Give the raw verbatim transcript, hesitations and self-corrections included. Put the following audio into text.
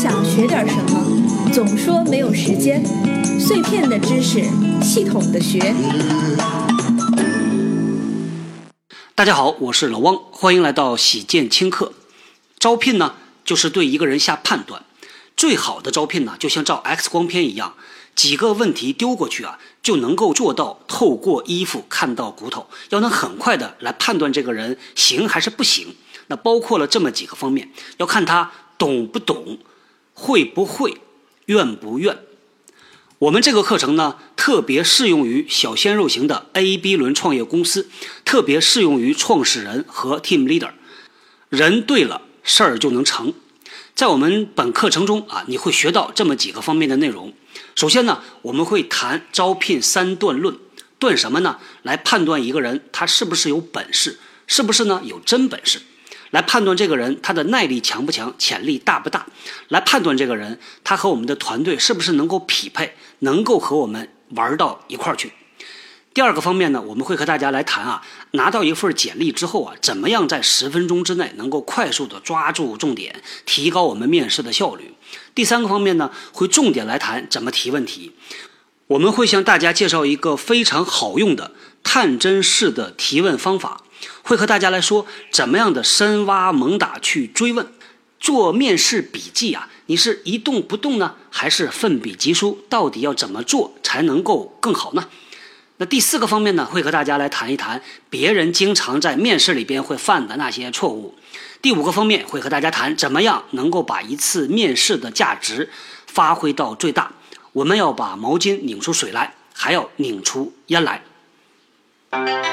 想学点什么，总说没有时间。碎片的知识，系统的学。 大家好，我是老汪，欢迎来到喜见轻课。招聘呢，就是对一个人下判断。最好的招聘呢，就像照 X 光片一样，几个问题丢过去啊，就能够做到透过衣服看到骨头，要能很快的来判断这个人行还是不行。那包括了这么几个方面，要看他懂不懂，会不会，愿不愿。我们这个课程呢，特别适用于小鲜肉型的 A B 轮创业公司，特别适用于创始人和 team leader。人对了，事儿就能成。在我们本课程中啊，你会学到这么几个方面的内容。首先呢，我们会谈招聘三段论。断什么呢？来判断一个人他是不是有本事，是不是呢有真本事。来判断这个人他的耐力强不强，潜力大不大。来判断这个人他和我们的团队是不是能够匹配，能够和我们玩到一块儿去。第二个方面呢，我们会和大家来谈啊，拿到一份简历之后啊，怎么样在十分钟之内能够快速的抓住重点，提高我们面试的效率。第三个方面呢，会重点来谈怎么提问题。我们会向大家介绍一个非常好用的探针式的提问方法，会和大家来说怎么样的深挖猛打去追问。做面试笔记啊，你是一动不动呢，还是奋笔疾书？到底要怎么做才能够更好呢？那第四个方面呢，会和大家来谈一谈别人经常在面试里边会犯的那些错误。第五个方面会和大家谈怎么样能够把一次面试的价值发挥到最大。我们要把毛巾拧出水来，还要拧出烟来。